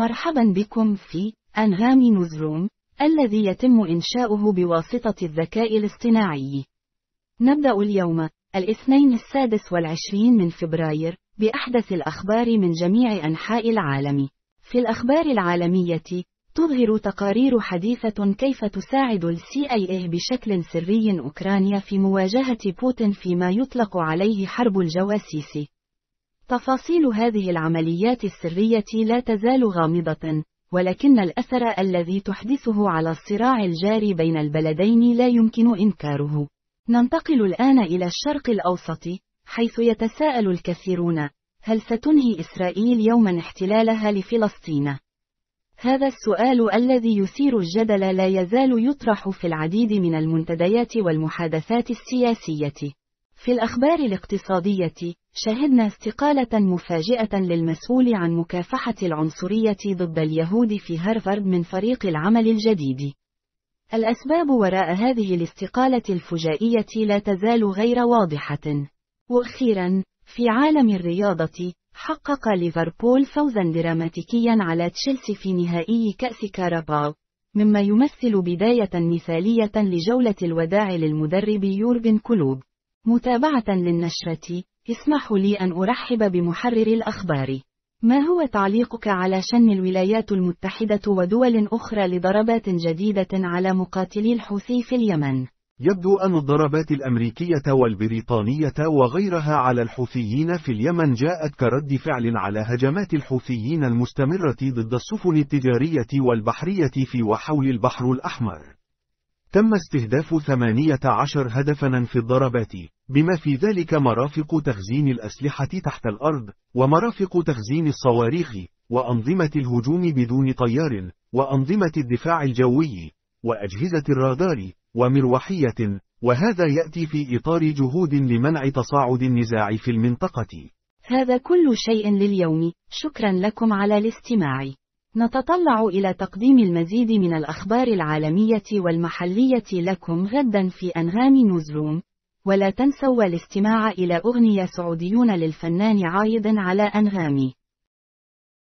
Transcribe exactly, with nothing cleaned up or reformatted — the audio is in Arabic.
مرحبا بكم في أنغام نيوزروم، الذي يتم إنشاؤه بواسطة الذكاء الاصطناعي. نبدأ اليوم الاثنين السادس والعشرين من فبراير بأحدث الأخبار من جميع أنحاء العالم. في الأخبار العالمية، تظهر تقارير حديثة كيف تساعد ال سي آي إيه بشكل سري أوكرانيا في مواجهة بوتين فيما يطلق عليه حرب الجواسيس. تفاصيل هذه العمليات السرية لا تزال غامضة، ولكن الأثر الذي تحدثه على الصراع الجاري بين البلدين لا يمكن إنكاره. ننتقل الآن إلى الشرق الأوسط، حيث يتساءل الكثيرون: هل ستنهي إسرائيل يوما احتلالها لفلسطين؟ هذا السؤال الذي يثير الجدل لا يزال يطرح في العديد من المنتديات والمحادثات السياسية. في الأخبار الاقتصادية، شهدنا استقالة مفاجئة للمسؤول عن مكافحة العنصرية ضد اليهود في هارفارد من فريق العمل الجديد. الأسباب وراء هذه الاستقالة الفجائية لا تزال غير واضحة. وأخيرا، في عالم الرياضة، حقق ليفربول فوزا دراماتيكيا على تشيلسي في نهائي كأس كاراباو، مما يمثل بداية مثالية لجولة الوداع للمدرب يورغن كلوب. متابعة للنشرة، اسمحوا لي أن أرحب بمحرر الأخبار. ما هو تعليقك على شن الولايات المتحدة ودول أخرى لضربات جديدة على مقاتلي الحوثي في اليمن؟ يبدو أن الضربات الأمريكية والبريطانية وغيرها على الحوثيين في اليمن جاءت كرد فعل على هجمات الحوثيين المستمرة ضد السفن التجارية والبحرية في وحول البحر الأحمر. تم استهداف ثمانية عشر هدفاً في الضربات، بما في ذلك مرافق تخزين الأسلحة تحت الأرض، ومرافق تخزين الصواريخ، وأنظمة الهجوم بدون طيار، وأنظمة الدفاع الجوي، وأجهزة الرادار، ومروحية، وهذا يأتي في إطار جهود لمنع تصاعد النزاع في المنطقة. هذا كل شيء لليوم، شكرا لكم على الاستماع. نتطلع إلى تقديم المزيد من الأخبار العالمية والمحلية لكم غدا في أنغام نيوزروم، ولا تنسوا الاستماع إلى أغنية سعوديون للفنان عايض على أنغامي.